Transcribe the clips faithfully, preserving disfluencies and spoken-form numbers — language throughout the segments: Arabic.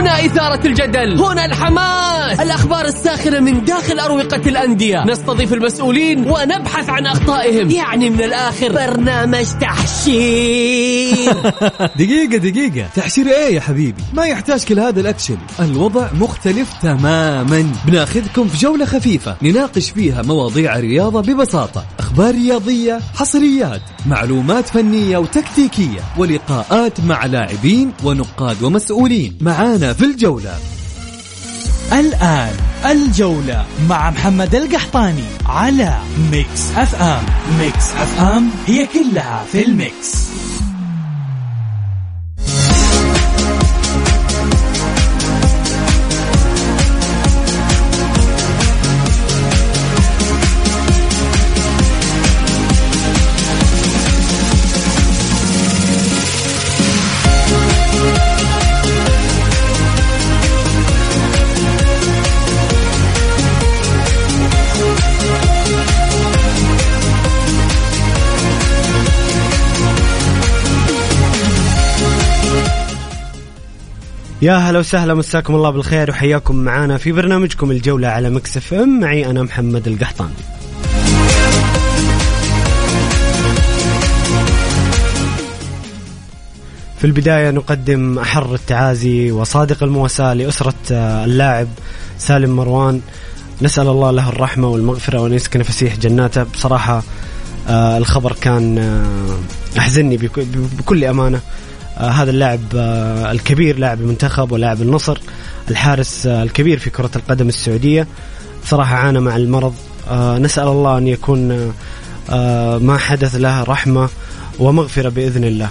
هنا إثارة الجدل، هنا الحماس، الأخبار الساخنة من داخل أروقة الأندية، نستضيف المسؤولين ونبحث عن أخطائهم. يعني من الآخر برنامج تحشير. دقيقة دقيقة، تحشير إيه يا حبيبي؟ ما يحتاج كل هذا الأكشن. الوضع مختلف تماما. بناخذكم في جولة خفيفة نناقش فيها مواضيع الرياضة ببساطة، أخبار رياضية، حصريات، معلومات فنية وتكتيكية، ولقاءات مع لاعبين ونقاد ومسؤولين. معانا في الجولة. الآن الجولة مع محمد القحطاني على ميكس أف أم. ميكس أف أم هي كلها في الميكس. يا هلا وسهلا، مساكم الله بالخير وحياكم معنا في برنامجكم الجولة على ميكس اف ام. معي أنا محمد القحطاني. في البداية نقدم أحر التعازي وصادق المواساة لأسرة اللاعب سالم مروان. نسأل الله له الرحمة والمغفرة وأن يسكن فسيح جناته. بصراحة الخبر كان أحزنني بكل أمانة. آه هذا اللاعب آه الكبير، لاعب المنتخب ولاعب النصر، الحارس آه الكبير في كرة القدم السعودية، صراحة عانى مع المرض. آه نسأل الله أن يكون آه ما حدث له رحمة ومغفرة بإذن الله.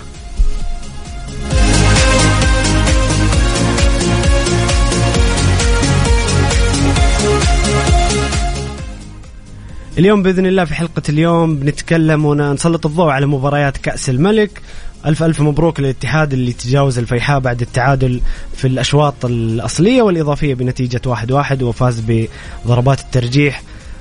اليوم بإذن الله في حلقة اليوم بنتكلم ونسلط الضوء على مباريات كأس الملك. ألف ألف مبروك للاتحاد اللي تجاوز الفيحاء بعد التعادل في الأشواط الأصلية والإضافية بنتيجة واحد واحد، وفاز بضربات الترجيح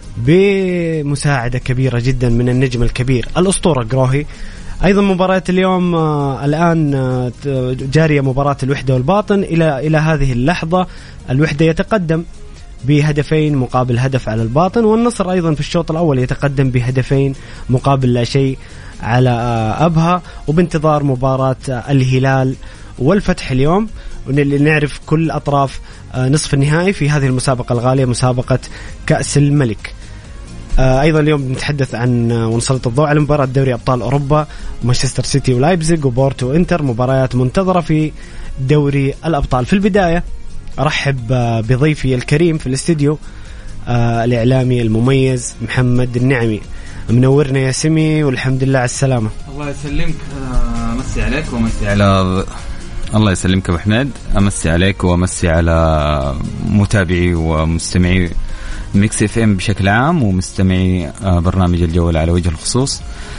بمساعدة كبيرة جدا من النجم الكبير الأسطورة قروهي. أيضا مباراة اليوم آه الآن آه جارية مباراة الوحدة والباطن. إلى إلى هذه اللحظة الوحدة يتقدم بهدفين مقابل هدف على الباطن، والنصر أيضا في الشوط الأول يتقدم بهدفين مقابل لا شيء على أبها، وبانتظار مباراة الهلال والفتح اليوم ونعرف كل أطراف نصف النهائي في هذه المسابقة الغالية، مسابقة كأس الملك. أيضا اليوم نتحدث عن ونسلط الضوء على مباراة دوري أبطال أوروبا، مانشستر سيتي ولايبزيغ وبورتو وإنتر، مباريات منتظرة في دوري الأبطال. في البداية أرحب بضيفي الكريم في الاستديو الإعلامي المميز محمد النعمي. منورنا يا سمي والحمد لله على السلامة. الله يسلمك. أمسي عليك ومسي على الله يسلمك أبو حميد. أمسي عليك ومسي على متابعي ومستمعي ميكس اف ام بشكل عام ومستمعي برنامج الجولة على وجه الخصوص.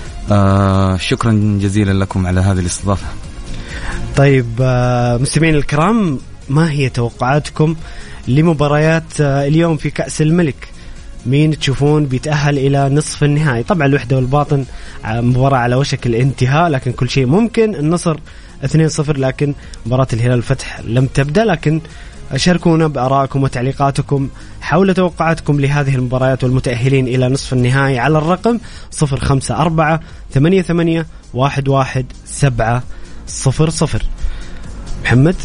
شكرا جزيلا لكم على هذه الاستضافة. طيب مستمعين الكرام، ما هي توقعاتكم لمباريات اليوم في كأس الملك؟ مين تشوفون بيتأهل إلى نصف النهائي؟ طبعا الوحدة والباطن مباراة على وشك الانتهاء لكن كل شيء ممكن. النصر اثنين صفر، لكن مباراة الهلال الفتح لم تبدأ. لكن شاركونا بآرائكم وتعليقاتكم حول توقعاتكم لهذه المباريات والمتأهلين إلى نصف النهائي على الرقم صفر خمسة أربعة ثمانية ثمانية واحد واحد سبعة صفر صفر. محمد،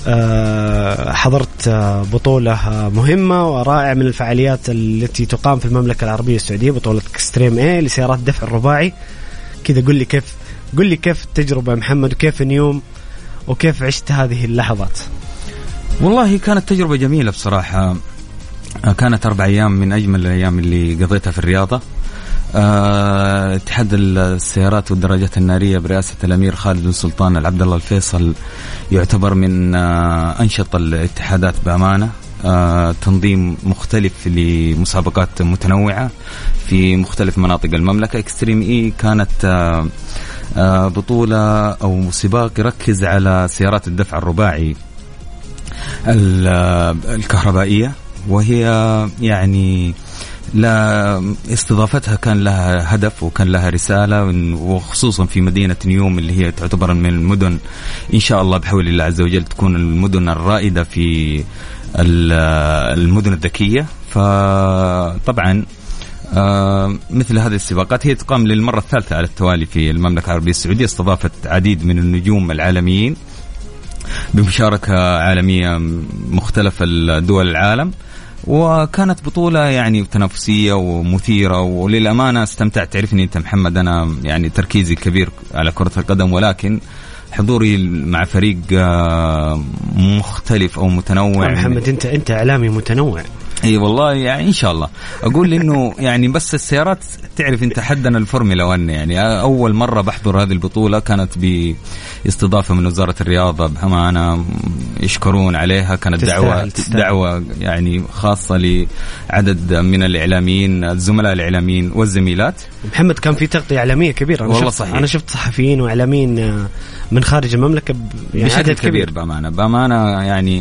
حضرت بطولة مهمة ورائعة من الفعاليات التي تقام في المملكة العربية السعودية، بطولة اكستريم اي لسيارات دفع الرباعي. كذا قل لي كيف قل لي كيف التجربة محمد، وكيف اليوم وكيف عشت هذه اللحظات؟ والله كانت تجربة جميلة بصراحة. كانت أربع أيام من أجمل الأيام اللي قضيتها في الرياضة. اتحاد السيارات والدراجات النارية برئاسة الأمير خالد بن سلطان العبد الله الفيصل يعتبر من أنشط الاتحادات بأمانة. تنظيم مختلف لمسابقات متنوعة في مختلف مناطق المملكة. اكستريم اي كانت بطولة أو سباق يركز على سيارات الدفع الرباعي الكهربائية، وهي يعني لا استضافتها كان لها هدف وكان لها رسالة، وخصوصا في مدينة نيوم اللي هي تعتبر من المدن إن شاء الله بحول الله عز وجل تكون المدن الرائدة في المدن الذكية. فطبعا مثل هذه السباقات هي تقام للمرة الثالثة على التوالي في المملكة العربية السعودية، استضافت عديد من النجوم العالميين بمشاركة عالمية مختلف الدول العالم، وكانت بطولة يعني تنافسية ومثيرة، وللأمانة استمتعت. تعرفني أنت محمد أنا يعني تركيزي كبير على كرة القدم، ولكن حضوري مع فريق مختلف أو متنوع. محمد أنت أنت إعلامي متنوع. اي والله يعني ان شاء الله اقول انه يعني بس السيارات تعرف انت حدنا الفورمولا واحد، يعني اول مره بحضر هذه البطوله كانت باستضافه من وزاره الرياضه، بامانه يشكرون عليها. كانت دعوه دعوه يعني خاصه لعدد من الاعلاميين الزملاء الاعلاميين والزميلات. محمد كان في تغطيه اعلاميه كبيره، انا والله شفت صحيح. انا شفت صحفيين واعلاميين من خارج المملكه يعني بشكل كبير, كبير بامانه بامانه يعني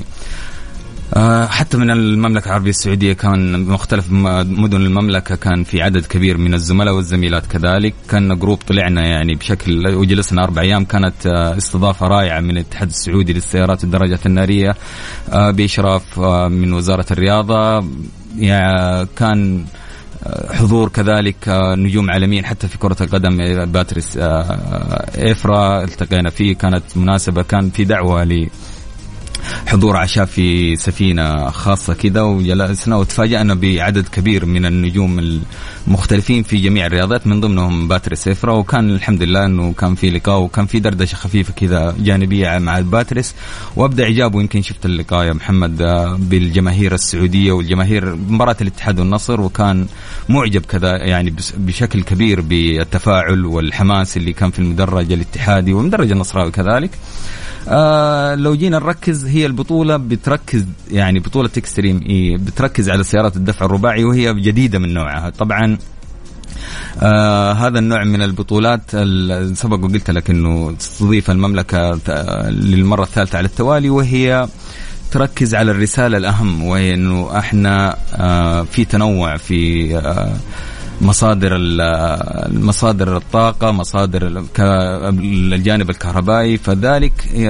حتى من المملكة العربية السعودية كان مختلف مدن المملكة كان في عدد كبير من الزملاء والزميلات كذلك. كان جروب طلعنا يعني بشكل وجلسنا أربع أيام. كانت استضافة رائعة من الاتحاد السعودي للسيارات الدراجات النارية بإشراف من وزارة الرياضة. يعني كان حضور كذلك نجوم عالميين حتى في كرة القدم، باتريس إفرا التقينا فيه. كانت مناسبة، كان في دعوة ل حضور عشاء في سفينة خاصة كذا، وجلسنا وتفاجأنا بعدد كبير من النجوم المختلفين في جميع الرياضات من ضمنهم باتريس إفرا. وكان الحمد لله أنه كان في لقاء وكان في دردشة خفيفة كذا جانبية مع باتريس، وأبدأ إعجابه. يمكن شفت اللقاء يا محمد بالجماهير السعودية والجماهير مباراة الاتحاد والنصر، وكان معجب كذا يعني بشكل كبير بالتفاعل والحماس اللي كان في المدرج الاتحادي والمدرج النصراوي كذلك. آه لو جينا نركز، هي البطولة بتركز يعني بطولة اكستريم إيه بتركز على سيارات الدفع الرباعي، وهي جديدة من نوعها. طبعا آه هذا النوع من البطولات سبق وقلت لك انه تستضيف المملكة للمرة الثالثة على التوالي، وهي تركز على الرسالة الأهم، وهي انه احنا آه في تنوع في آه مصادر المصادر الطاقة، مصادر الجانب الكهربائي. فذلك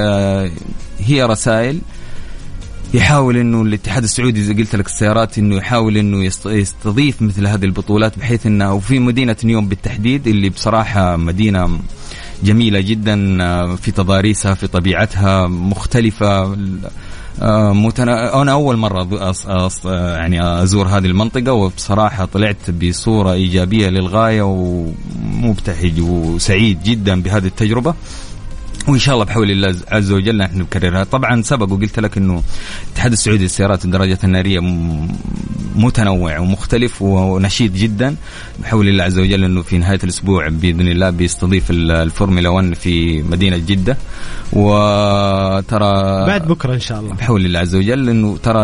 هي رسائل يحاول انه الاتحاد السعودي زي قلت لك السيارات انه يحاول انه يستضيف مثل هذه البطولات، بحيث انه وفي مدينة نيوم بالتحديد اللي بصراحة مدينة جميلة جدا في تضاريسها، في طبيعتها مختلفة. متنا... أنا أول مرة أص... أص... يعني أزور هذه المنطقة، وبصراحة طلعت بصورة إيجابية للغاية ومبتهج وسعيد جدا بهذه التجربة، وإن شاء الله بحول الله عز وجل نحن نكررها. طبعا سبق وقلت لك إنه الاتحاد السعودي للسيارات الدراجات النارية متنوع ومختلف ونشيط جدا، بحول الله عز وجل إنه في نهاية الأسبوع بإذن الله بيستضيف الفورمولا واحد في مدينة جدة، وترى بعد بكرة إن شاء الله بحول الله عز وجل إنه ترى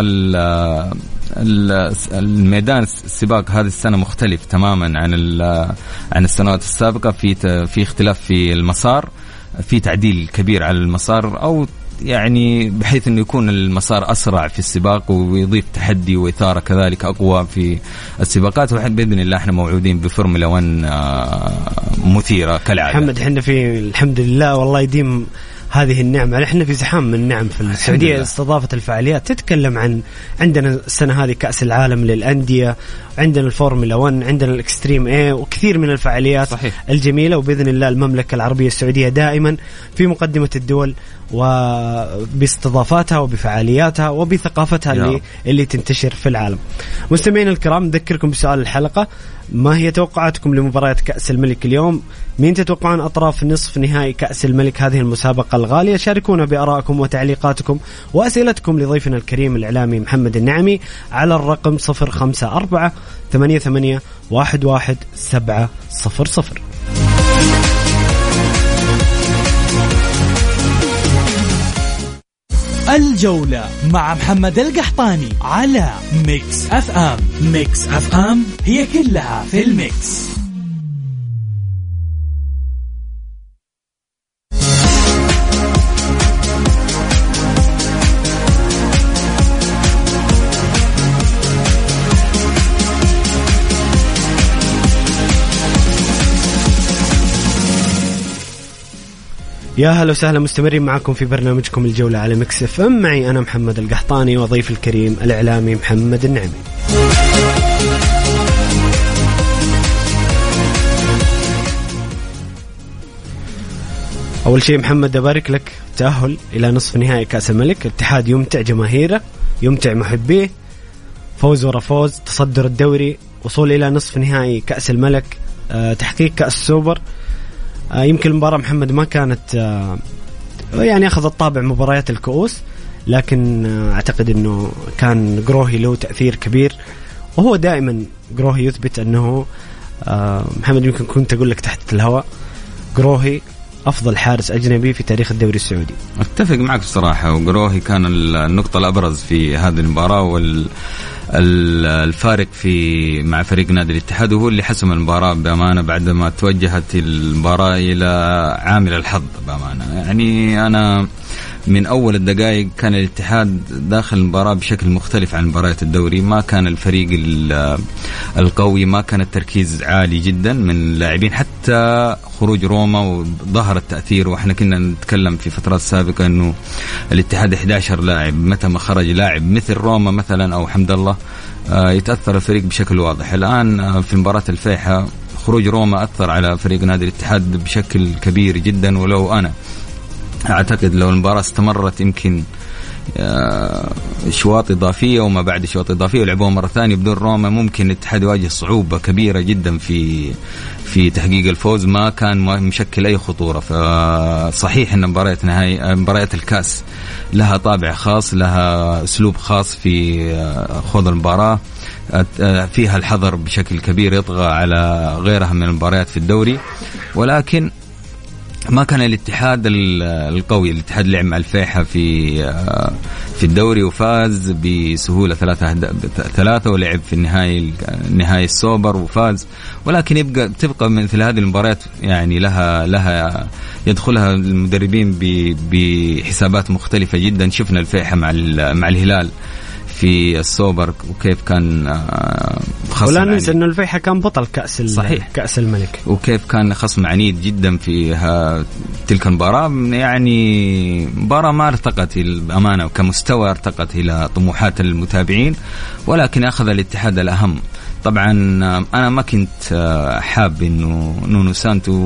الميدان السباق هذه السنة مختلف تماما عن عن السنوات السابقة، في في اختلاف في المسار، في تعديل كبير على المسار، أو يعني بحيث أنه يكون المسار أسرع في السباق ويضيف تحدي وإثارة كذلك أقوى في السباقات. وحد بإذن الله احنا موعودين بفورمولا واحد مثيرة كالعادة. محمد احنا في الحمد لله والله يديم هذه النعمة. احنا في زحام من النعم في السعودية، استضافة الفعاليات تتكلم عن عندنا السنة هذه كأس العالم للأندية، عندنا الفورمولا واحد، عندنا الإكستريم اي، وكثير من الفعاليات صحيح. الجميلة. وبإذن الله المملكة العربية السعودية دائما في مقدمة الدول وباستضافاتها وبفعالياتها وبثقافتها اللي, اللي تنتشر في العالم. مستمعين الكرام نذكركم بسؤال الحلقة: ما هي توقعاتكم لمباريات كأس الملك اليوم؟ مين تتوقعون أطراف نصف نهائي كأس الملك هذه المسابقة الغالية؟ شاركونا بآرائكم وتعليقاتكم وأسئلتكم لضيفنا الكريم الإعلامي محمد النعمي على الرقم صفر خمسة أربعة ثمانية ثمانية واحد واحد سبعة صفر صفر. الجولة مع محمد القحطاني على ميكس أف أم. ميكس أف أم هي كلها في الميكس. يا هلا وسهلا، مستمرين معكم في برنامجكم الجولة على ميكس اف ام. معي أنا محمد القحطاني وضيف الكريم الإعلامي محمد النعمي. أول شيء محمد أبارك لك تأهل إلى نصف نهائي كأس الملك. الاتحاد يمتع جماهيره، يمتع محبيه، فوز ورا فوز، تصدر الدوري، وصول إلى نصف نهائي كأس الملك، أه تحقيق كأس السوبر. أه يمكن المباراة محمد ما كانت أه يعني أخذت طابع مباريات الكؤوس، لكن أه أعتقد أنه كان قروهي له تأثير كبير، وهو دائما قروهي يثبت أنه أه محمد يمكن كنت أقول لك تحت الهواء قروهي أفضل حارس أجنبي في تاريخ الدوري السعودي. أتفق معك بصراحة، وقروهي كان النقطة الأبرز في هذه المباراة، والفارق في مع فريق نادي الاتحاد، وهو اللي حسم المباراة بأمانة بعدما توجهت المباراة إلى عامل الحظ بأمانة. يعني أنا من أول الدقائق كان الاتحاد داخل المباراة بشكل مختلف عن مباريات الدوري. ما كان الفريق القوي، ما كان التركيز عالي جدا من اللاعبين، حتى خروج روما وظهر التأثير. وإحنا كنا نتكلم في فترات سابقة إنه الاتحاد إحدى عشر لاعب، متى ما خرج لاعب مثل روما مثلا أو حمد الله يتأثر الفريق بشكل واضح. الآن في مباراة الفيحة خروج روما أثر على فريق نادي الاتحاد بشكل كبير جدا. ولو أنا أعتقد لو المباراة استمرت يمكن شواط إضافية وما بعد شواط إضافية ولعبوها مرة ثانية بدون روما، ممكن الاتحاد يواجه صعوبة كبيرة جدا في في تحقيق الفوز. ما كان مشكل أي خطورة. فصحيح أن مباريات نهائي مباريات الكأس لها طابع خاص، لها أسلوب خاص في خوض المباراة، فيها الحذر بشكل كبير يطغى على غيرها من المباريات في الدوري. ولكن ما كان الاتحاد القوي. الاتحاد لعب مع الفيحة في في الدوري وفاز بسهولة ثلاثة ثلاثة ولعب في النهائي نهائي السوبر وفاز. ولكن يبقى تبقى مثل هذه المباريات يعني لها لها يدخلها المدربين بحسابات مختلفة جدا. شفنا الفيحة مع مع الهلال في السوبر وكيف كان خصم، ولا ننسى انه الفيحة كان بطل كأس صحيح كأس الملك، وكيف كان خصم عنيد جدا في تلك المباراة. يعني مباراة ما ارتقت الأمانة كمستوى، ارتقت إلى طموحات المتابعين، ولكن أخذ الاتحاد الأهم. طبعا أنا ما كنت حاب إنه نونو سانتو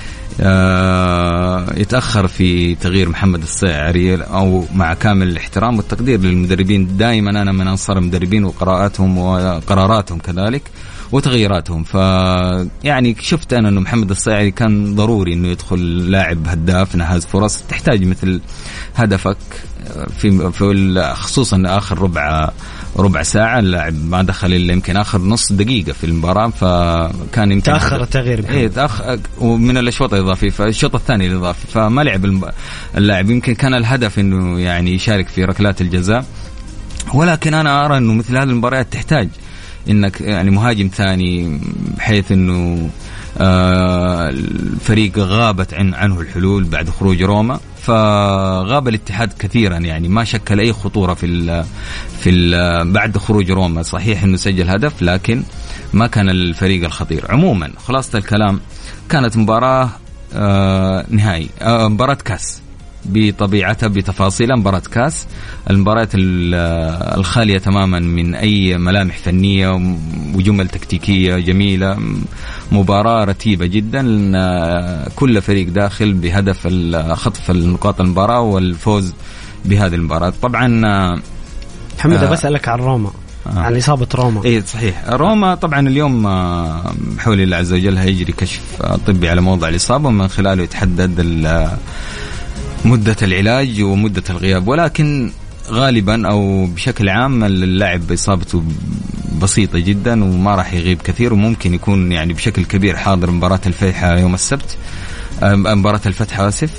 يتأخر في تغيير محمد الصيعري، أو مع كامل الاحترام والتقدير للمدربين، دائما أنا من أنصار المدربين وقراءاتهم وقراراتهم كذلك وتغييراتهم. فيعني شفت أنا أنه محمد الصيعري كان ضروري أنه يدخل لاعب هداف نهاز فرص، تحتاج مثل هدفك في, في خصوصا آخر ربع ربع ساعة. اللاعب ما دخل إلا يمكن آخر نص دقيقة في المباراة، فكان يمكن تأخر التغيير إيه تأخر ومن الأشواط الإضافية، فالشوط الثاني الإضافي فما لعب اللاعب. يمكن كان الهدف إنه يعني يشارك في ركلات الجزاء. ولكن أنا أرى إنه مثل هذه المباريات تحتاج إنك يعني مهاجم ثاني، بحيث إنه آه الفريق غابت عن عنه الحلول بعد خروج روما، فغاب الاتحاد كثيرا، يعني ما شكل أي خطورة في ال في ال بعد خروج روما. صحيح إنه سجل هدف، لكن ما كان الفريق الخطير. عموما خلاصة الكلام كانت مباراة آه نهائي، آه مباراة كاس بطبيعتها بتفاصيلها، مباراة كاس، المباريات الخالية تماما من أي ملامح فنية وجمل تكتيكية جميلة، مباراة رتيبة جدا، كل فريق داخل بهدف خطف النقاط المباراة والفوز بهذه المباراة. طبعا محمد آه بسألك عن روما، آه. عن إصابة روما. إيه صحيح، روما طبعا اليوم بحول الله عز وجل هيجري كشف طبي على موضع الإصابة، ومن خلاله يتحدد مدة العلاج ومدة الغياب. ولكن غالبا أو بشكل عام اللاعب إصابته بسيطة جدا وما راح يغيب كثير، وممكن يكون يعني بشكل كبير حاضر مباراة الفيحة يوم السبت، مباراة الفتح آسف.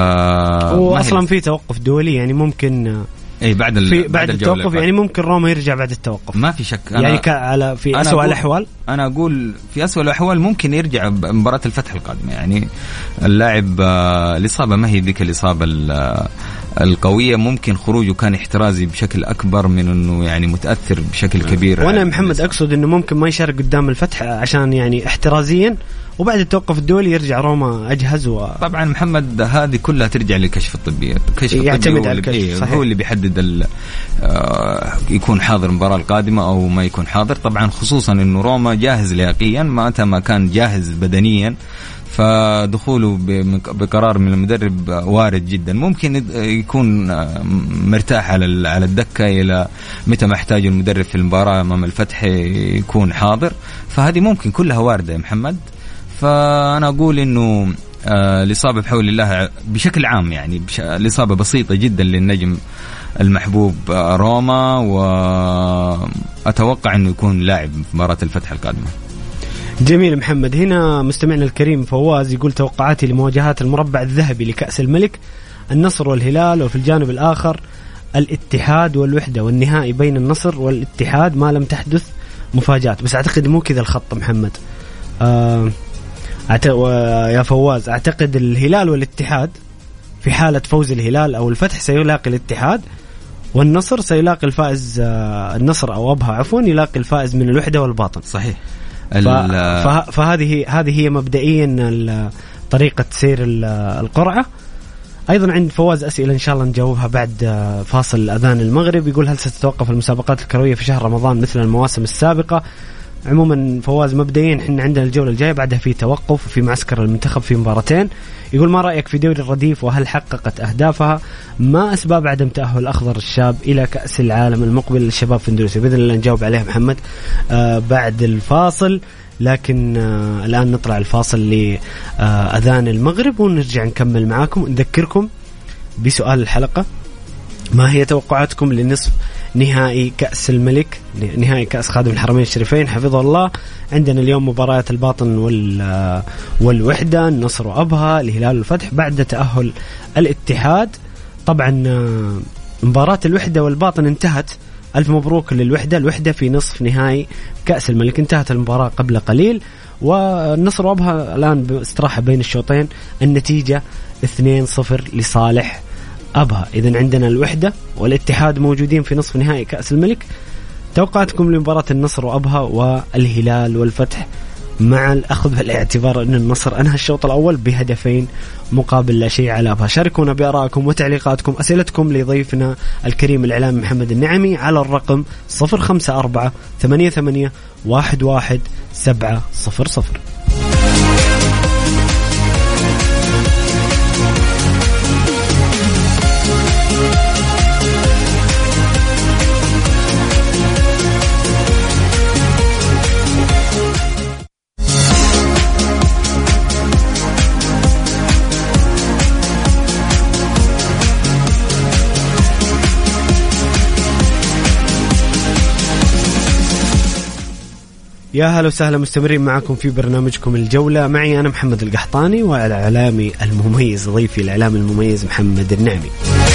وأصلا في توقف دولي، يعني ممكن اي بعد بعد, بعد التوقف، يعني ممكن روما يرجع بعد التوقف، ما في شك. أنا يعني على في أسوأ الأحوال، أنا أقول في أسوأ الأحوال ممكن يرجع مباراة الفتح القادمة. يعني اللاعب الإصابة ما هي ذيك الإصابة القوية ممكن خروجه كان احترازي بشكل أكبر من أنه يعني متأثر بشكل كبير. وأنا محمد أقصد أنه ممكن ما يشارك قدام الفتح عشان يعني احترازيا، وبعد التوقف الدولي يرجع روما أجهز. و... طبعا محمد هذه كلها ترجع للكشف الطبي. الكشف يعتمد الطبي على الكشف، هو اللي بيحدد يكون حاضر المباراة القادمة أو ما يكون حاضر. طبعا خصوصا أنه روما جاهز لياقيا، متى ما كان جاهز بدنيا فدخوله بقرار من المدرب وارد جدا. ممكن يكون مرتاح على على الدكة إلى متى ما يحتاج المدرب في المباراة أمام الفتح يكون حاضر، فهذه ممكن كلها واردة يا محمد. فأنا أقول إنه الإصابة بحول الله بشكل عام يعني الإصابة بسيطة جدا للنجم المحبوب روما، وأتوقع إنه يكون لاعب في مباراة الفتح القادمة. جميل محمد. هنا مستمعنا الكريم فواز يقول توقعاتي لمواجهات المربع الذهبي لكأس الملك النصر والهلال، وفي الجانب الآخر الاتحاد والوحدة، والنهائي بين النصر والاتحاد ما لم تحدث مفاجآت. بس أعتقد مو كذا الخط محمد. آه أعت... يا فواز أعتقد الهلال والاتحاد في حالة فوز الهلال أو الفتح سيلاقي الاتحاد، والنصر سيلاقي الفائز آه النصر أو أبها عفوا يلاقي الفائز من الوحدة والباطن. صحيح. فهذه هذه هي مبدئيا طريقة سير القرعة. أيضا عند فواز أسئلة إن شاء الله نجاوبها بعد فاصل أذان المغرب. يقول هل ستتوقف المسابقات الكروية في شهر رمضان مثل المواسم السابقة؟ عموما فواز مبدئيا احنا عندنا الجولة الجاية بعدها في توقف وفي معسكر المنتخب في مباراتين. يقول ما رأيك في دوري الرديف وهل حققت أهدافها؟ ما أسباب عدم تأهل الأخضر الشاب إلى كأس العالم المقبل للشباب في اندونيسيا؟ بإذن الله نجاوب عليها محمد آه بعد الفاصل. لكن آه الآن نطلع الفاصل لأذان المغرب ونرجع نكمل معاكم. نذكركم بسؤال الحلقة: ما هي توقعاتكم لنصف نهائي كأس الملك، نهائي كأس خادم الحرمين الشريفين حفظه الله؟ عندنا اليوم مباريات الباطن وال والوحدة، النصر وأبها، الهلال والفتح بعد تأهل الاتحاد. طبعا مباراة الوحدة والباطن انتهت، ألف مبروك للوحدة. الوحدة في نصف نهائي كأس الملك، انتهت المباراة قبل قليل، والنصر وأبها الآن باستراحة بين الشوطين، النتيجة اثنين صفر لصالح أبها. إذن عندنا الوحدة والاتحاد موجودين في نصف نهائي كأس الملك. توقعاتكم لمباراة النصر وأبها والهلال والفتح، مع الأخذ بالاعتبار أن النصر أنهى الشوط الأول بهدفين مقابل لا شيء على أبها. شاركونا بآرائكم وتعليقاتكم، أسئلتكم لضيفنا الكريم الإعلامي محمد النعمي على الرقم صفر خمسة أربعة ثمانية ثمانية واحد واحد سبعة صفر صفر. يا هلا وسهلا، مستمرين معكم في برنامجكم الجولة. معي أنا محمد القحطاني وعلى إعلامي المميز ضيفي الإعلامي المميز محمد النعمي.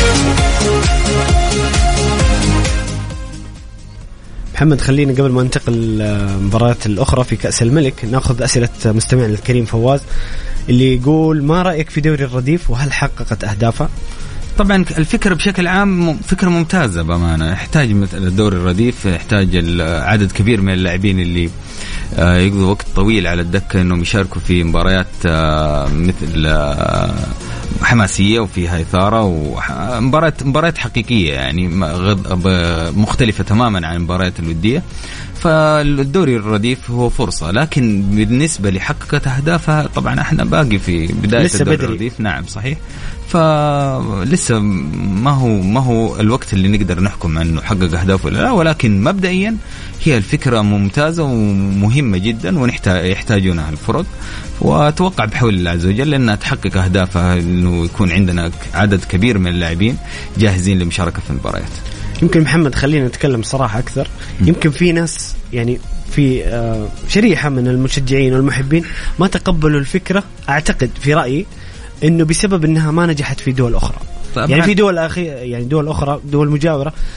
محمد خلينا قبل ما ننتقل المباريات الأخرى في كأس الملك نأخذ أسئلة مستمعنا الكريم فواز اللي يقول ما رأيك في دوري الرديف وهل حققت أهدافها؟ طبعا الفكرة بشكل عام فكرة ممتازة بأمانة. يحتاج مثل الدوري الرديف، يحتاج عدد كبير من اللاعبين اللي يقضوا وقت طويل على الدكة انهم يشاركوا في مباريات مثل حماسية وفيها إثارة ومباريات مباريات حقيقية يعني مختلفة تماما عن المباريات الودية. فالدوري الرديف هو فرصة، لكن بالنسبة لحققت أهدافها طبعا احنا باقي في بداية الدوري بدري. الرديف نعم صحيح، فلسه ما هو ما هو الوقت اللي نقدر نحكم عنه حقق أهداف ولا لا، ولكن مبدئيا هي الفكرة ممتازة ومهمة جدا ويحتاجونها الفرق، وأتوقع بحول الله عز وجل أنها تحقق أهدافها، أنه يكون عندنا عدد كبير من اللاعبين جاهزين للمشاركة في المباريات. يمكن محمد خلينا نتكلم صراحة أكثر، يمكن في ناس يعني في شريحة من المشجعين والمحبين ما تقبلوا الفكرة، أعتقد في رأيي إنه بسبب إنها ما نجحت في دول أخرى. يعني في دول أخي يعني دول أخرى دول مجاورة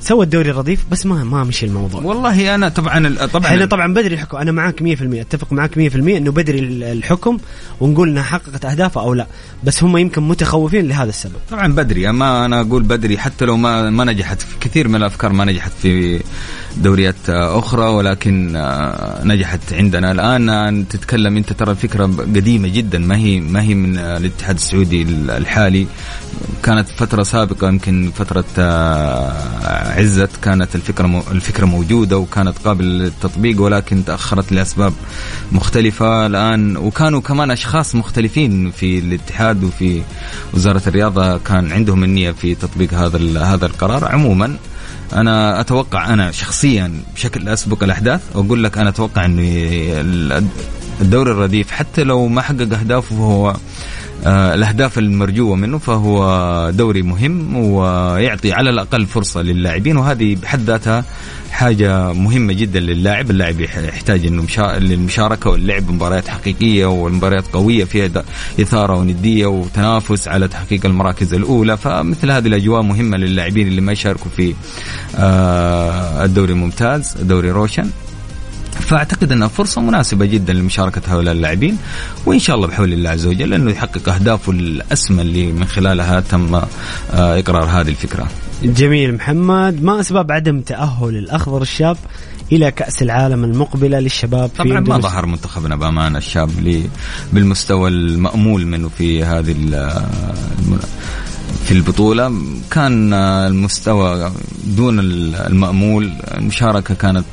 سوى الدوري الرديف بس ما ما مشي الموضوع. والله أنا طبعا طبعا احنا طبعا بدري الحكم، أنا معاك مية في المية، أتفق معاك مية في المية إنه بدري الحكم ونقول إنها حققت أهدافها أو لا، بس هم يمكن متخوفين لهذا السبب. طبعا بدري، أما أنا أقول بدري حتى لو ما ما نجحت في كثير من الأفكار، ما نجحت في دوريات أخرى، ولكن نجحت عندنا الآن. تتكلم أنت ترى الفكرة قديمة جدا، ما هي ما هي من الاتحاد السعودي الحالي. كانت فترة سابقة يمكن فترة عزت كانت الفكرة الفكرة موجودة وكانت قابلة للتطبيق، ولكن تأخرت لأسباب مختلفة الآن. وكانوا كمان أشخاص مختلفين في الاتحاد وفي وزارة الرياضة كان عندهم النية في تطبيق هذا هذا القرار. عموما أنا أتوقع أنا شخصيا بشكل أسبق الأحداث وأقول لك أنا أتوقع أن الدوري الرديف حتى لو ما حقق أهدافه فهو آه الأهداف المرجوة منه، فهو دوري مهم ويعطي على الأقل فرصة للاعبين، وهذه بحد ذاتها حاجة مهمة جدا للاعب. اللاعب يحتاج إنه للمشاركة واللعب مباريات حقيقية والمباريات قوية فيها إثارة وندية وتنافس على تحقيق المراكز الأولى. فمثل هذه الأجواء مهمة للاعبين اللي ما يشاركوا في آه الدوري الممتاز دوري روشن. فأعتقد أنها فرصة مناسبة جدا لمشاركة هؤلاء اللاعبين، وإن شاء الله بحول الله عز وجل أنه يحقق أهدافه الأسمى اللي من خلالها تم إقرار هذه الفكرة. جميل محمد. ما أسباب عدم تأهل الأخضر الشاب إلى كأس العالم المقبلة للشباب؟ في طبعا ما ظهر منتخبنا بأمانة الشاب بالمستوى المأمول منه في هذه في البطولة. كان المستوى دون المأمول، المشاركة كانت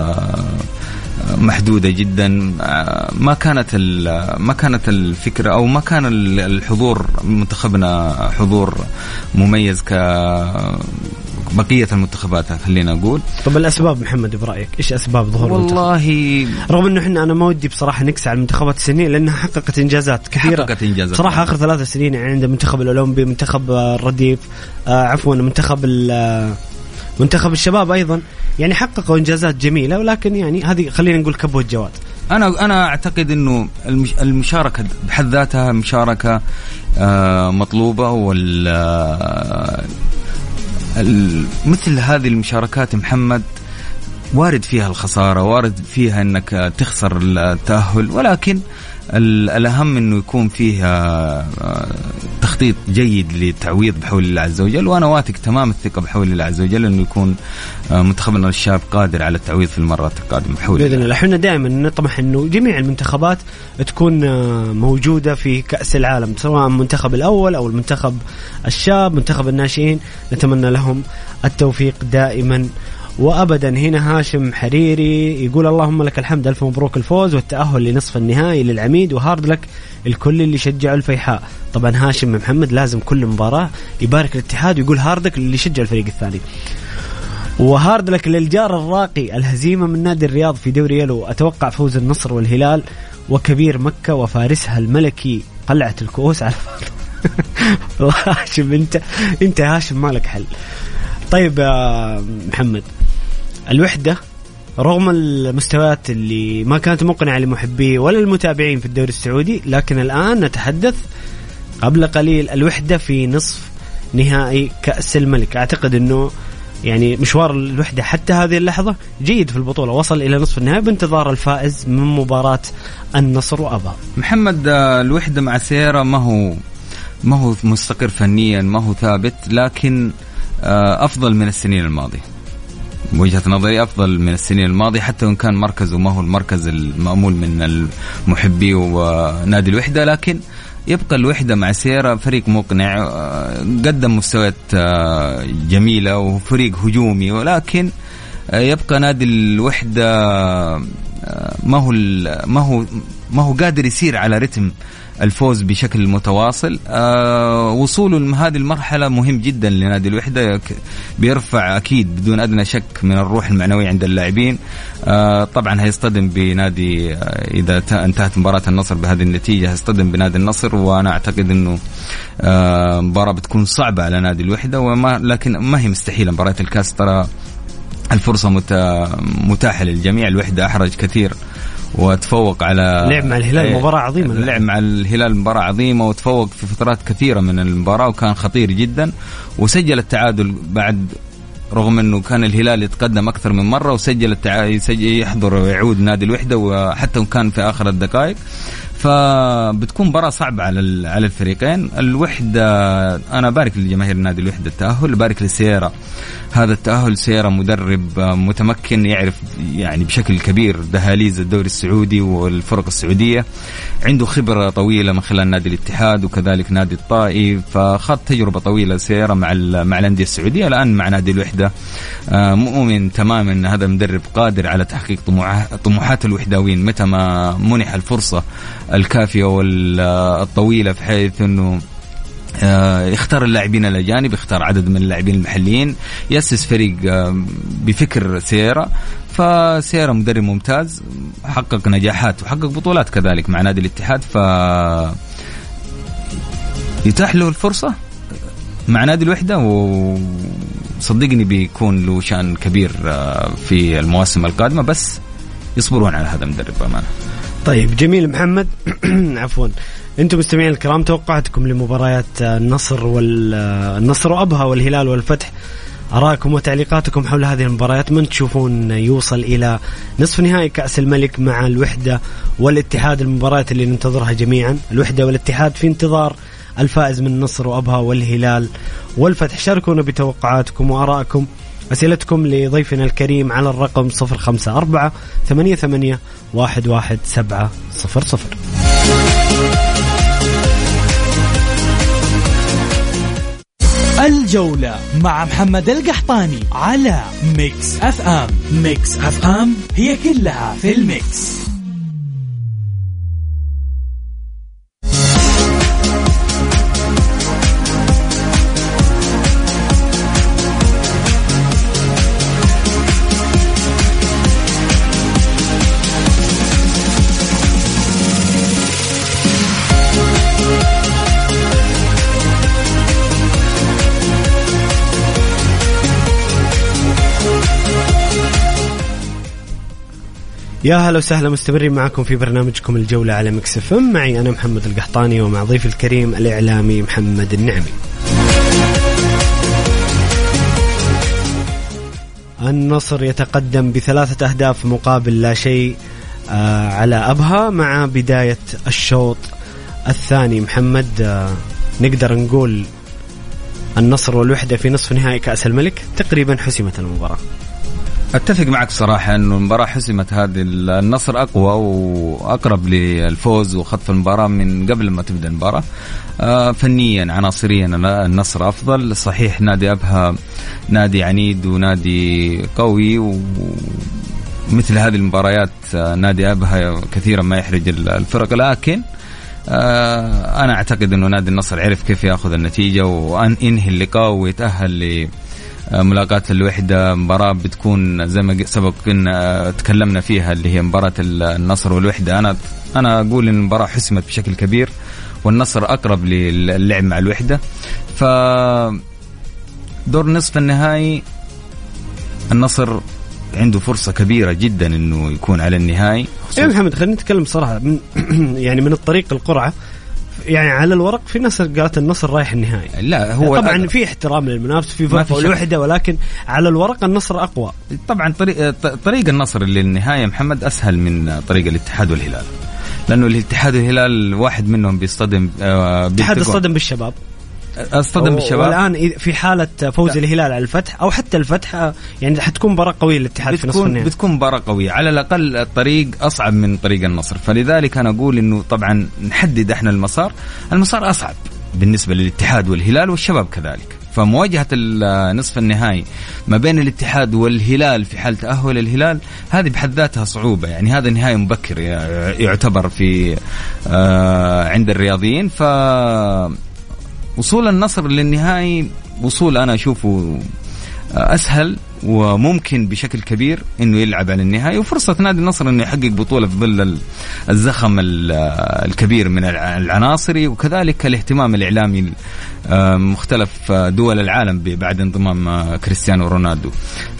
محدودة جدا، ما كانت ما كانت الفكرة أو ما كان الحضور منتخبنا حضور مميز كبقية المنتخبات خلينا نقول. طب الأسباب محمد برأيك إيش أسباب ظهور والله المنتخب؟ رغم إنه إحنا أنا ما ودي بصراحة نكسى على المنتخبات السنية لأنها حققت إنجازات كثيرة، حققت إنجازات صراحة آخر ثلاث سنين يعني عند منتخب الأولمبي، منتخب الرديف، آه عفوا منتخب منتخب الشباب أيضا، يعني حققوا إنجازات جميلة، ولكن يعني هذه خلينا نقول كبوة جواد. أنا أنا أعتقد إنه المشاركة بحد ذاتها مشاركة مطلوبة، وال مثل هذه المشاركات محمد وارد فيها الخسارة، وارد فيها أنك تخسر التأهل، ولكن الأهم أنه يكون فيها تخطيط جيد للتعويض بحول الله عز وجل. وأنا واثق تمام الثقة بحول الله عز وجل أنه يكون منتخبنا الشاب قادر على التعويض في المرات القادمة بحول الله. بإذن الله. احنا دائما نطمح أنه جميع المنتخبات تكون موجودة في كأس العالم، سواء المنتخب الأول أو المنتخب الشاب منتخب الناشئين، نتمنى لهم التوفيق دائما وأبدا. هنا هاشم حريري يقول اللهم لك الحمد، ألف مبروك الفوز والتأهل لنصف النهائي للعميد، وهارد لك الكل اللي شجعوا الفيحاء. طبعا هاشم محمد لازم كل مباراة يبارك الاتحاد ويقول هاردك اللي شجع الفريق الثاني، وهارد لك للجار الراقي الهزيمة من نادي الرياض في دوري يلو. أتوقع فوز النصر والهلال وكبير مكة وفارسها الملكي قلعة الكؤوس على والله هاشم انت انت هاشم مالك حل. طيب يا محمد، الوحدة رغم المستويات اللي ما كانت مقنعة لمحبيه ولا المتابعين في الدوري السعودي، لكن الآن نتحدث قبل قليل الوحدة في نصف نهائي كأس الملك. أعتقد أنه يعني مشوار الوحدة حتى هذه اللحظة جيد في البطولة، وصل إلى نصف النهائي بانتظار الفائز من مباراة النصر وأبا. محمد الوحدة مع سيارة ما هو ما هو مستقر فنيا، ما هو ثابت، لكن أفضل من السنين الماضية. بوجهة نظري أفضل من السنين الماضية، حتى وإن كان مركزه ما هو المركز المأمول من المحبي ونادي الوحدة، لكن يبقى الوحدة مع سيارة فريق مقنع، قدم مستويات جميلة وفريق هجومي، ولكن يبقى نادي الوحدة ما هو ما هو ما هو قادر يسير على رتم الفوز بشكل متواصل. أه وصوله لهذه المرحلة مهم جدا لنادي الوحدة، بيرفع أكيد بدون أدنى شك من الروح المعنوية عند اللاعبين. أه طبعا هيصطدم بنادي، إذا انتهت مباراة النصر بهذه النتيجة هيصطدم بنادي النصر، وأنا أعتقد أنه أه مباراة بتكون صعبة على نادي الوحدة، وما لكن ما هي مستحيلة. مباراة الكاس ترى الفرصة متاحة للجميع. الوحدة أحرج كثير وتفوق على لعب مع الهلال مباراة عظيمة، لعب مع الهلال مباراة عظيمة وتفوق في فترات كثيرة من المباراة وكان خطير جدا، وسجل التعادل بعد رغم أنه كان الهلال يتقدم أكثر من مرة وسجل التع... يحضر ويعود نادي الوحدة وحتى كان في آخر الدقائق. فبتكون مباراة صعبة على على الفريقين. الوحدة أنا بارك لجماهير نادي الوحدة التأهل، بارك لسيارة هذا التأهل. سيارة مدرب متمكن يعرف يعني بشكل كبير دهاليز الدوري السعودي والفرق السعودية، عنده خبرة طويلة من خلال نادي الاتحاد وكذلك نادي الطائي، فخذ تجربة طويلة سيارة مع مع الأندية السعودية. الآن مع نادي الوحدة مؤمن تماما أن هذا المدرب قادر على تحقيق طموحات الوحداويين متى ما منح الفرصة الكافية والطويلة، في حيث أنه يختار اللاعبين الأجانب، يختار عدد من اللاعبين المحليين، يأسس فريق بفكر سيارة. فسيارة مدرب ممتاز، حقق نجاحات وحقق بطولات كذلك مع نادي الاتحاد، ف يتاح له الفرصة مع نادي الوحدة، وصدقني بيكون له شأن كبير في المواسم القادمة، بس يصبرون على هذا المدرب بأمانة. طيب جميل محمد. عفوا انتم مستمعين الكرام، توقعاتكم لمباريات النصر والنصر وأبها والهلال والفتح، أراءكم وتعليقاتكم حول هذه المباريات. من تشوفون يوصل إلى نصف نهائي كأس الملك مع الوحدة والاتحاد، المباريات اللي ننتظرها جميعا؟ الوحدة والاتحاد في انتظار الفائز من النصر وأبها والهلال والفتح. شاركونا بتوقعاتكم وأراءكم، أسئلتكم لضيفنا الكريم على الرقم صفر خمسة أربعة ثمانية ثمانية واحد واحد سبعة صفر صفر. الجولة مع محمد القحطاني على ميكس أف أم. ميكس أف أم هي كلها في الميكس. يا هلا وسهلا، مستمرين معكم في برنامجكم الجولة على ميكس اف ام، معي أنا محمد القحطاني ومع ضيف الكريم الإعلامي محمد النعمي. النصر يتقدم بثلاثة أهداف مقابل لا شيء آه على أبها مع بداية الشوط الثاني. محمد، آه نقدر نقول النصر والوحدة في نصف نهائي كأس الملك، تقريبا حسمت المباراة. أتفق معك صراحة أنه المباراة حسمت. هذه النصر أقوى وأقرب للفوز وخطف المباراة من قبل ما تبدأ المباراة. آه فنيا عناصريا النصر أفضل. صحيح نادي أبها نادي عنيد ونادي قوي، ومثل هذه المباريات نادي أبها كثيرا ما يحرج الفرق، لكن آه أنا أعتقد أنه نادي النصر عرف كيف يأخذ النتيجة وأن ينهي اللقاء ويتأهل ل ملاقاة الوحدة. مباراة بتكون زي ما سبق كنا تكلمنا فيها اللي هي مباراة النصر والوحدة. أنا أنا أقول إن المباراة حسمت بشكل كبير والنصر أقرب للعب مع الوحدة. فدور نصف النهائي النصر عنده فرصة كبيرة جدا إنه يكون على النهائي. يا محمد خلينا نتكلم صراحة من يعني من الطريق القرعة، يعني على الورق في نصر قالت النصر رايح النهائي. لا هو طبعا الأقرب. في احترام للمنافس في فرق والوحدة، ولكن على الورق النصر أقوى. طبعا طريق طريق النصر للنهاية محمد أسهل من طريق الاتحاد والهلال، لأنه الاتحاد والهلال واحد منهم بيصطدم. الاتحاد اصطدم بالشباب اصطدم بالشباب، والآن في حالة فوز لا. الهلال على الفتح أو حتى الفتح يعني حتكون مباراة قوية للاتحاد في نصف النهائي. بتكون مباراة قوية، على الأقل الطريق أصعب من طريق النصر. فلذلك أنا أقول إنه طبعا نحدد إحنا المسار المسار أصعب بالنسبة للاتحاد والهلال والشباب كذلك. فمواجهة نصف النهائي ما بين الاتحاد والهلال في حال تأهل الهلال هذه بحد ذاتها صعوبة. يعني هذا نهائي مبكر يعتبر في عند الرياضيين. ف وصول النصر للنهائي وصول أنا أشوفه أسهل وممكن بشكل كبير إنه يلعب على النهائي، وفرصة نادي النصر إنه يحقق بطولة في ظل الزخم الكبير من العناصر، وكذلك الاهتمام الإعلامي مختلف دول العالم بعد انضمام كريستيانو رونالدو.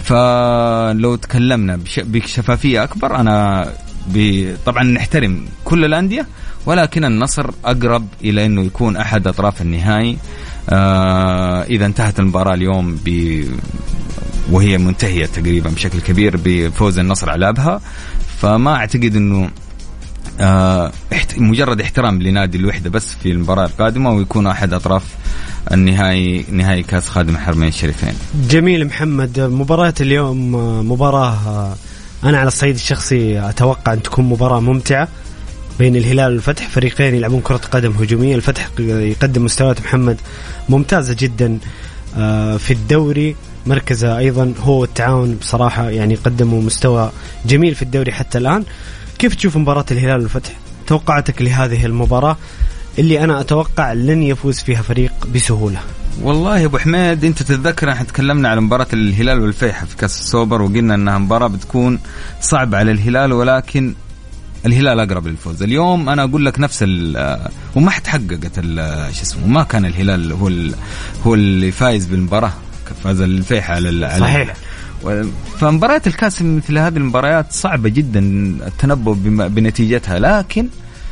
فلو تكلمنا بشفافية أكبر أنا طبعا نحترم كل الأندية، ولكن النصر أقرب إلى أنه يكون أحد أطراف النهائي. آه إذا انتهت المباراة اليوم وهي منتهية تقريبا بشكل كبير بفوز النصر على أبها. فما أعتقد أنه آه مجرد احترام لنادي الوحدة بس في المباراة القادمة ويكون أحد أطراف النهائي نهائي كأس خادم الحرمين الشريفين. جميل محمد. مباراة اليوم مباراة أنا على الصعيد الشخصي أتوقع أن تكون مباراة ممتعة بين الهلال والفتح، فريقين يلعبون كرة قدم هجومية. الفتح يقدم مستويات محمد ممتازة جدا في الدوري، مركزه أيضا هو التعاون بصراحة يعني قدموا مستوى جميل في الدوري حتى الآن. كيف تشوف مباراة الهلال والفتح؟ توقعاتك لهذه المباراة اللي أنا أتوقع لن يفوز فيها فريق بسهولة. والله يا أبو حميد أنت تتذكر احنا تكلمنا على مباراة الهلال والفيحة في كأس السوبر وقلنا أنها مباراة بتكون صعبة على الهلال ولكن الهلال أقرب للفوز. اليوم أنا أقول لك نفس وما حتحققت شو اسمه، ما كان الهلال هو هو اللي فايز بالمباراة، فاز الفيحة على صحيح. فمباريات الكاس مثل هذه المباريات صعبة جدا التنبؤ بنتيجتها، لكن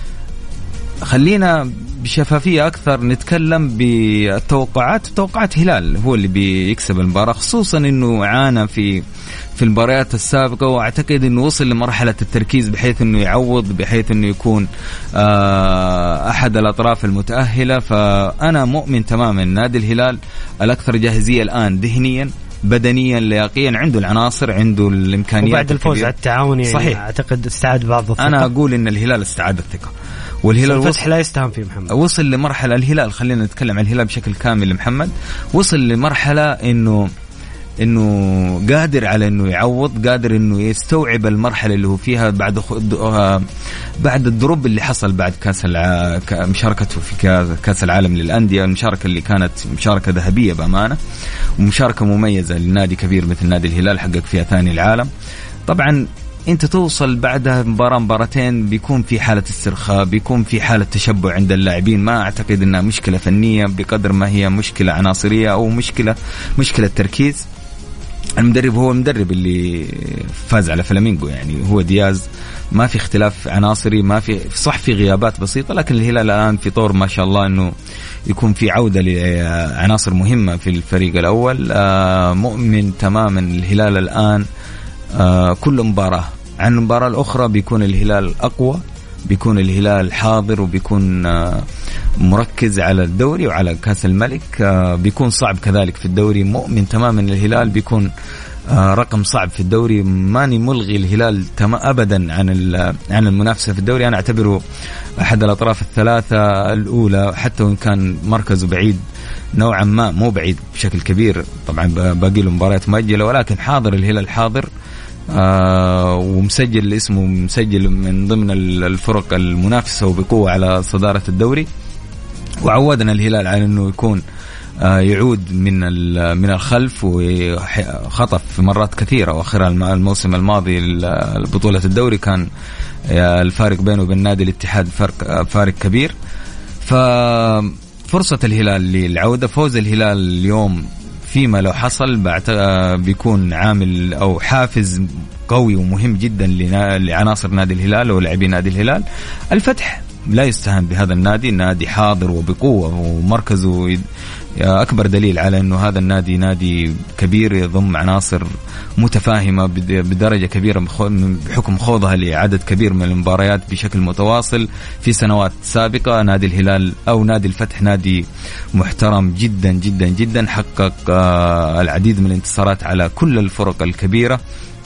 خلينا بشفافية أكثر نتكلم بالتوقعات. توقعات هلال هو اللي بيكسب المباراة، خصوصا أنه عانى في في المباريات السابقة، وأعتقد أنه وصل لمرحلة التركيز بحيث أنه يعوض، بحيث أنه يكون أحد الأطراف المتأهلة. فأنا مؤمن تماما نادي الهلال الأكثر جاهزية الآن ذهنيا بدنيا لياقيا، عنده العناصر، عنده الإمكانيات، وبعد الفوز على التعاون يعني صحيح. أعتقد استعاد بعض الثقة. أنا أقول إن الهلال استعاد الثقة، والهلال الفتح لا يستهان فيه محمد. وصل لمرحلة الهلال، خلينا نتكلم عن الهلال بشكل كامل محمد، وصل لمرحلة إنه إنه قادر على إنه يعوض، قادر إنه يستوعب المرحلة اللي هو فيها بعد بعد الدروب اللي حصل بعد كأس الع... مشاركته في كأس العالم للأندية، المشاركة اللي كانت مشاركة ذهبية بأمانة ومشاركة مميزة لنادي كبير مثل نادي الهلال حقق فيها ثاني العالم. طبعا انت توصل بعدها مباراة مباراتين بيكون في حالة استرخاء، بيكون في حالة تشبع عند اللاعبين. ما اعتقد انها مشكلة فنية بقدر ما هي مشكلة عناصرية او مشكلة مشكلة تركيز. المدرب هو المدرب اللي فاز على فلامينغو، يعني هو دياز، ما في اختلاف عناصري، ما في صح في غيابات بسيطة، لكن الهلال الآن في طور ما شاء الله انه يكون في عودة لعناصر مهمة في الفريق الأول. مؤمن تماما الهلال الآن كل مباراة عن المباراة الأخرى بيكون الهلال أقوى، بيكون الهلال حاضر وبيكون مركز على الدوري وعلى كأس الملك. بيكون صعب كذلك في الدوري. مؤمن تماما الهلال بيكون رقم صعب في الدوري. ماني ملغي الهلال أبدا عن عن المنافسة في الدوري. أنا أعتبره أحد الأطراف الثلاثة الأولى، حتى وإن كان مركزه بعيد نوعا ما، مو بعيد بشكل كبير طبعا، باقي له مباريات مؤجلة، ولكن حاضر الهلال حاضر. آه ومسجل اسمه مسجل من ضمن الفرق المنافسة وبقوة على صدارة الدوري. وعودنا الهلال على أنه يكون آه يعود من من الخلف، وخطف في مرات كثيرة، وآخرها الموسم الماضي بطولة الدوري كان الفارق بينه وبين نادي الاتحاد فرق فارق كبير. ففرصة الهلال للعودة، فوز الهلال اليوم فيما لو حصل بيكون عامل أو حافز قوي ومهم جدا لعناصر نادي الهلال ولاعبين نادي الهلال. الفتح لا يستهان بهذا النادي، نادي حاضر وبقوة، ومركزه أكبر دليل على أنه هذا النادي نادي كبير يضم عناصر متفاهمة بدرجة كبيرة بحكم خوضها لعدد كبير من المباريات بشكل متواصل في سنوات سابقة. نادي الهلال أو نادي الفتح نادي محترم جدا جدا جدا، حقق العديد من الانتصارات على كل الفرق الكبيرة.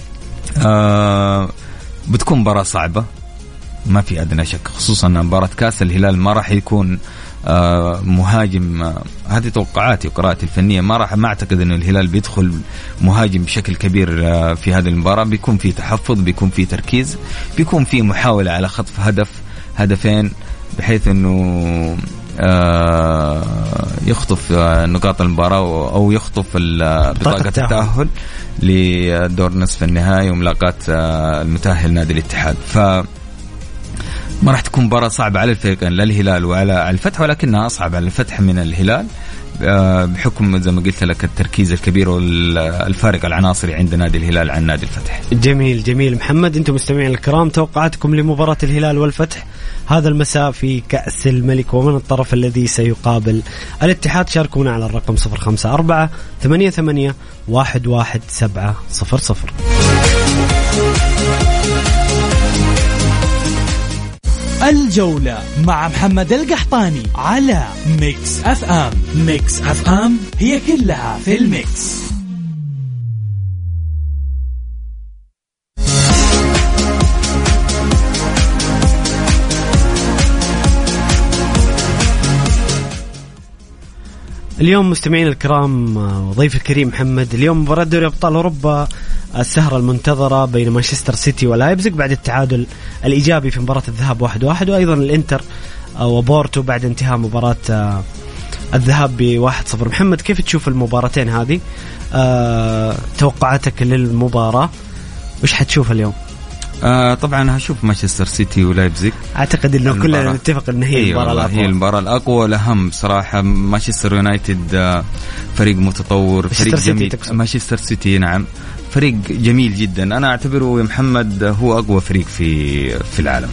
بتكون مباراة صعبة ما في أدنى شك، خصوصا مباراة كاس. الهلال ما راح يكون مهاجم، هذه توقعاتي وقراءتي الفنية، ما راح ما أعتقد أن الهلال بيدخل مهاجم بشكل كبير في هذه المباراة. بيكون في تحفظ، بيكون في تركيز، بيكون في محاولة على خطف هدف هدفين بحيث أنه يخطف نقاط المباراة أو يخطف بطاقة التأهل لدور نصف النهائي وملاقاة المتأهل نادي الاتحاد. ف ما راح تكون مباراة صعبة على الفريقين، لا الهلال وعلى الفتح، ولكنها أصعب على الفتح من الهلال بحكم زي ما قلت لك التركيز الكبير والفارق العناصري عند نادي الهلال عن نادي الفتح. جميل جميل محمد. أنتم مستمعين الكرام، توقعاتكم لمباراة الهلال والفتح هذا المساء في كأس الملك، ومن الطرف الذي سيقابل الاتحاد. شاركونا على الرقم صفر خمسة أربعة ثمانية ثمانية واحد واحد سبعة صفر صفر. الجولة مع محمد القحطاني على ميكس أف أم. ميكس أف أم هي كلها في الميكس. اليوم مستمعين الكرام وضيف الكريم محمد، اليوم مباراة دوري أبطال أوروبا، السهرة المنتظرة بين مانشستر سيتي ولايبزيغ بعد التعادل الإيجابي في مباراة الذهاب واحد واحد، وأيضا الإنتر وبورتو بعد انتهاء مباراة الذهاب بواحد صفر. محمد، كيف تشوف المباراتين هذه؟ أه، توقعاتك للمباراة وش حتشوف اليوم؟ آه طبعا هشوف مانشستر سيتي ولايبزيغ. اعتقد انه كلنا نتفق ان هي المباراه الاقوى، هي المباراه الاقوى والاهم صراحه. مانشستر يونايتد آه فريق متطور، فريق جميل. مانشستر سيتي نعم فريق جميل جدا. انا اعتبره يا محمد هو اقوى فريق في في العالم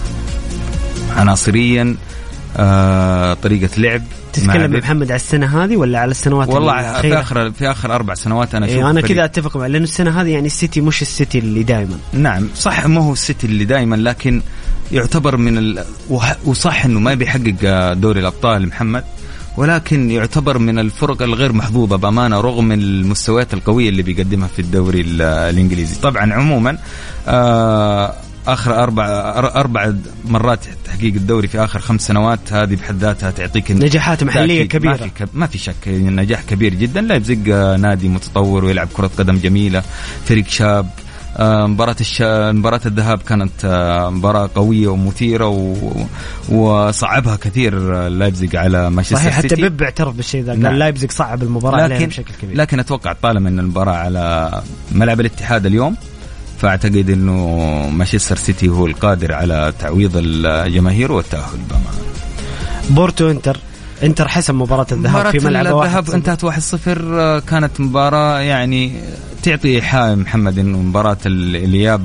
عناصريا، آه طريقه لعب. تتكلم محمد على السنة هذه ولا على السنوات والله الأخيرة؟ في آخر في آخر أربع سنوات أنا إيه أنا كذا أتفق معه، لأن السنة هذه يعني السيتي مش السيتي اللي دائما. نعم صح، ما هو السيتي اللي دائما، لكن يعتبر من ال... وصح إنه ما بيحقق دوري الأبطال محمد، ولكن يعتبر من الفرق الغير محظوظة بأمانة رغم المستويات القوية اللي بيقدمها في الدوري الإنجليزي. طبعا عموما آه آخر أربع أربع مرات تحقيق الدوري في آخر خمس سنوات، هذه بحد ذاتها تعطيك نجاحات محلية كبيرة. ما في, ما في شك نجاح كبير جدا. لايبزيغ نادي متطور ويلعب كرة قدم جميلة، فريق شاب. مباراة الش... مباراة الذهاب كانت مباراة قوية ومثيرة و... وصعبها كثير لايبزيغ على مانشستر سيتي. صحيح، حتى بيب اعترف بالشيء ذا، قال لايبزيغ صعب المباراة عليهم بشكل كبير. لكن أتوقع طالما أن المباراة على ملعب الاتحاد اليوم، فأعتقد أنه مانشستر سيتي هو القادر على تعويض الجماهير والتأهل بأمانة. بورتو انتر انتر حسم مباراة الذهاب في ملعب الذهاب انتهت واحد صفر. كانت مباراة يعني تعطي إيحاء محمد أنه مباراة الإياب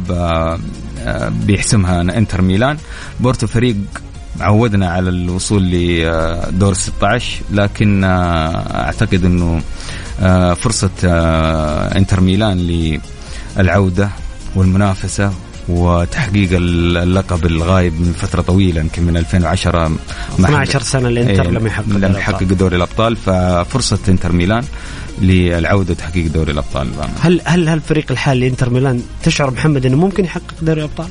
بيحسمها انتر ميلان. بورتو فريق عودنا على الوصول لدور ستة عشر، لكن أعتقد أنه فرصة انتر ميلان للعودة والمنافسة وتحقيق اللقب الغايب من فترة طويلة، يمكن من ألفين وعشرة اثنا عشر سنة الانتر لم يحقق لم يحقق دوري الأبطال، ففرصة انتر ميلان للعودة وتحقيق دوري الأبطال. هل هل هل الفريق الحالي انتر ميلان تشعر محمد انه ممكن يحقق دوري الأبطال؟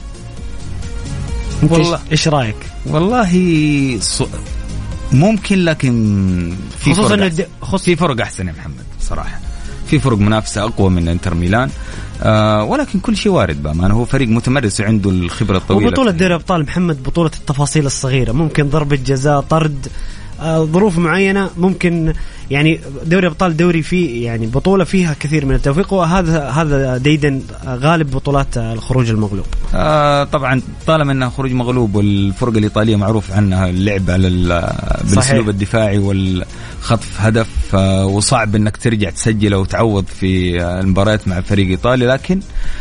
والله ايش رايك؟ والله ص... ممكن، لكن في خصوصا فرق أحسن. خصوصا في فرق أحسن يا محمد صراحة، في فرق منافسة أقوى من انتر ميلان. آه ولكن كل شيء وارد بأمانة، هو فريق متمرس وعنده الخبرة الطويلة. وبطولة دوري أبطال محمد بطولة التفاصيل الصغيرة، ممكن ضربة جزاء، طرد، آه ظروف معينة، ممكن يعني دوري أبطال دوري فيه يعني بطولة فيها كثير من التوفيق، وهذا هذا ديدا غالب بطولات الخروج المغلوب. آه طبعا طالما انها خروج مغلوب، والفرقة الإيطالية معروف عنها اللعب على بالاسلوب الدفاعي والخطف هدف، آه وصعب انك ترجع تسجل او تعوض في المباريات مع فريق إيطالي، لكن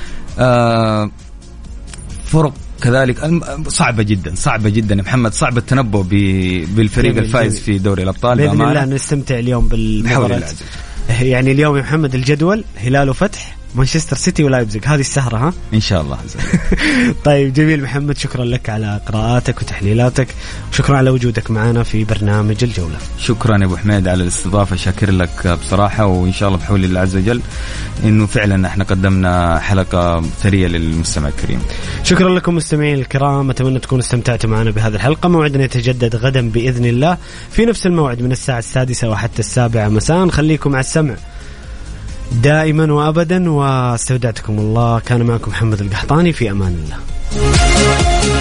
آه فرق كذلك صعبة جدا صعبة جدا يا محمد، صعب التنبؤ بالفريق الفائز في دوري الأبطال. بإذن الله نستمتع اليوم بالمباراة. يعني اليوم يا محمد الجدول هلال وفتح، مانشستر سيتي ولايبزيغ، هذه السهرة ها إن شاء الله. طيب جميل محمد، شكرا لك على قراءاتك وتحليلاتك، وشكرا على وجودك معنا في برنامج الجولة. شكرا يا أبو حميد على الاستضافة، شاكر لك بصراحة، وإن شاء الله بحول الله عز وجل إنه فعلا احنا قدمنا حلقة ثرية للمستمع الكريم. شكرا لكم مستمعين الكرام، أتمنى تكونوا استمتعتوا معنا بهذه الحلقة. موعدنا يتجدد غدا بإذن الله في نفس الموعد من الساعة السادسة وحتى السابعة مساء. خليكم على السمع دائما وأبدا، واستودعتكم الله. كان معكم محمد القحطاني، في أمان الله.